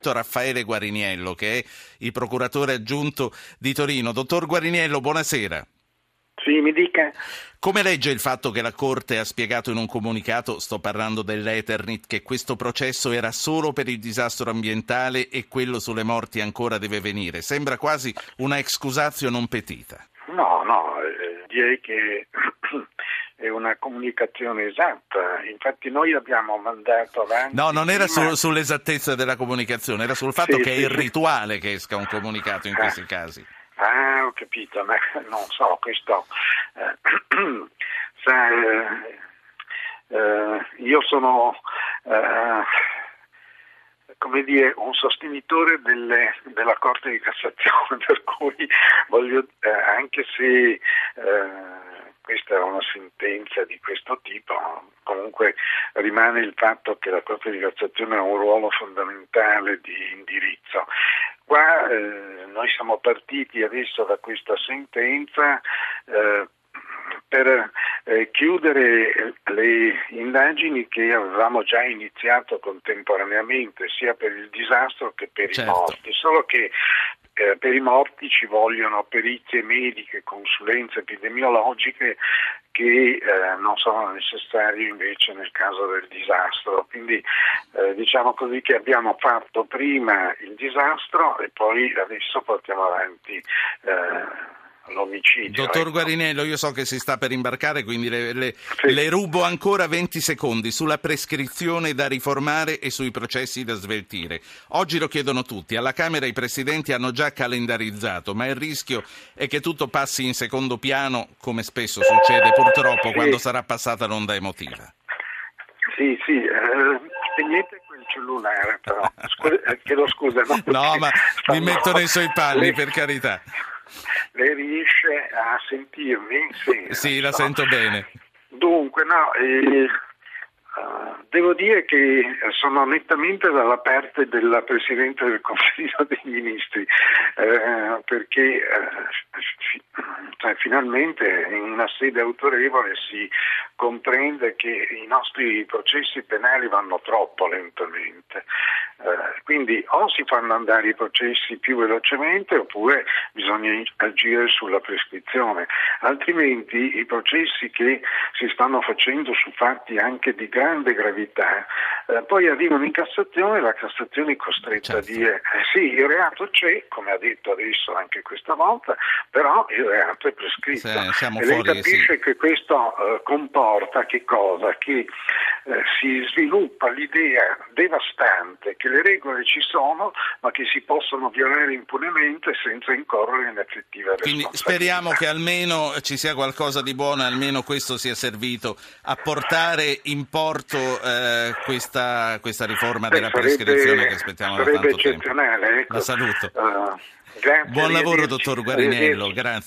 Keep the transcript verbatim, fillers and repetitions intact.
Raffaele Guariniello, che è il procuratore aggiunto di Torino. Dottor Guariniello, buonasera. Sì, mi dica. Come legge il fatto che la Corte ha spiegato in un comunicato, sto parlando dell'Eternit, che questo processo era solo per il disastro ambientale e quello sulle morti ancora deve venire? Sembra quasi una excusatio non petita. No, no, eh, direi che è una comunicazione esatta. Infatti noi abbiamo mandato avanti... No, non era prima... su, sull'esattezza della comunicazione, era sul fatto sì, che sì, è il sì. rituale che esca un comunicato in ah. questi casi. Ah, ho capito, ma non so, questo... Eh, sa, eh, eh, io sono... Eh, come dire, un sostenitore delle, della Corte di Cassazione, per cui voglio, eh, anche se eh, questa è una sentenza di questo tipo, comunque rimane il fatto che la Corte di Cassazione ha un ruolo fondamentale di indirizzo. Qua eh, noi siamo partiti adesso da questa sentenza eh, per eh, chiudere le indagini che avevamo già iniziato contemporaneamente, sia per il disastro che per certo. i morti, solo che eh, per i morti ci vogliono perizie mediche, consulenze epidemiologiche che eh, non sono necessarie invece nel caso del disastro. Quindi eh, diciamo così che abbiamo fatto prima il disastro e poi adesso portiamo avanti eh, l'omicidio. Dottor ecco. Guariniello, io so che si sta per imbarcare, quindi le, le, sì. le rubo ancora venti secondi sulla prescrizione da riformare e sui processi da sveltire. Oggi lo chiedono tutti, alla Camera i presidenti hanno già calendarizzato, ma il rischio è che tutto passi in secondo piano, come spesso succede purtroppo sì. quando sarà passata l'onda emotiva. Sì, sì, eh, spegnete quel cellulare però, Scusa, eh, chiedo scusa. No, no ma mi no, metto nei suoi panni, lei, per carità. Lei riesce a sentirmi? Sì, sì la so. sento bene. Dunque, no, eh, uh, devo dire che sono nettamente dalla parte della Presidente del Consiglio dei Ministri, eh, perché eh, fi- cioè, finalmente in una sede autorevole si comprende che i nostri processi penali vanno troppo lentamente. Eh, quindi o si fanno andare i processi più velocemente oppure bisogna agire sulla prescrizione, altrimenti i processi che si stanno facendo su fatti anche di grande gravità eh, poi arrivano in Cassazione e la Cassazione è costretta certo. a dire eh, sì, il reato c'è, come ha detto adesso anche questa volta, però il reato è prescritto. Sì, siamo e lei fuori, capisce sì. che questo eh, comporta che cosa? Che eh, si sviluppa l'idea devastante che le regole ci sono ma che si possono violare impunemente senza incorrere in effettiva Quindi responsabilità. speriamo che almeno ci sia qualcosa di buono, almeno questo sia servito a portare in porto eh, questa, questa riforma Beh, della sarebbe, prescrizione che aspettiamo da tanto tempo. Sarebbe eccezionale. Ecco. La saluto. Uh, grazie, Buon lavoro, dottor Guariniello, grazie.